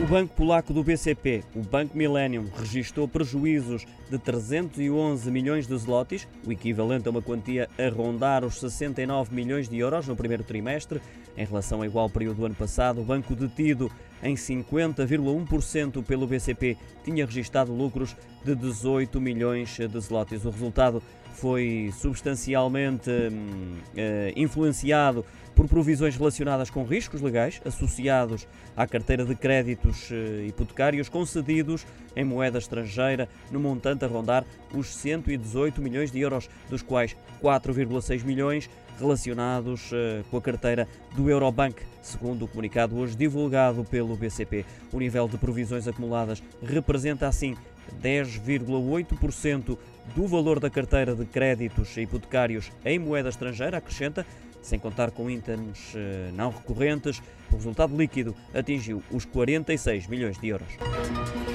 O banco polaco do BCP, o Banco Millennium, registou prejuízos de 311 milhões de zlotys, o equivalente a uma quantia a rondar os 69 milhões de euros no primeiro trimestre. Em relação ao igual período do ano passado, o banco detido em 50,1% pelo BCP tinha registado lucros de 18 milhões de zlotys. O resultado foi substancialmente influenciado por provisões relacionadas com riscos legais associados à carteira de créditos hipotecários concedidos em moeda estrangeira, no montante a rondar os 118 milhões de euros, dos quais 4,6 milhões relacionados com a carteira do Eurobank, segundo o comunicado hoje divulgado pelo BCP. O nível de provisões acumuladas representa assim 10,8% do valor da carteira de créditos hipotecários em moeda estrangeira, acrescenta, sem contar com itens não recorrentes. O resultado líquido atingiu os 46 milhões de euros.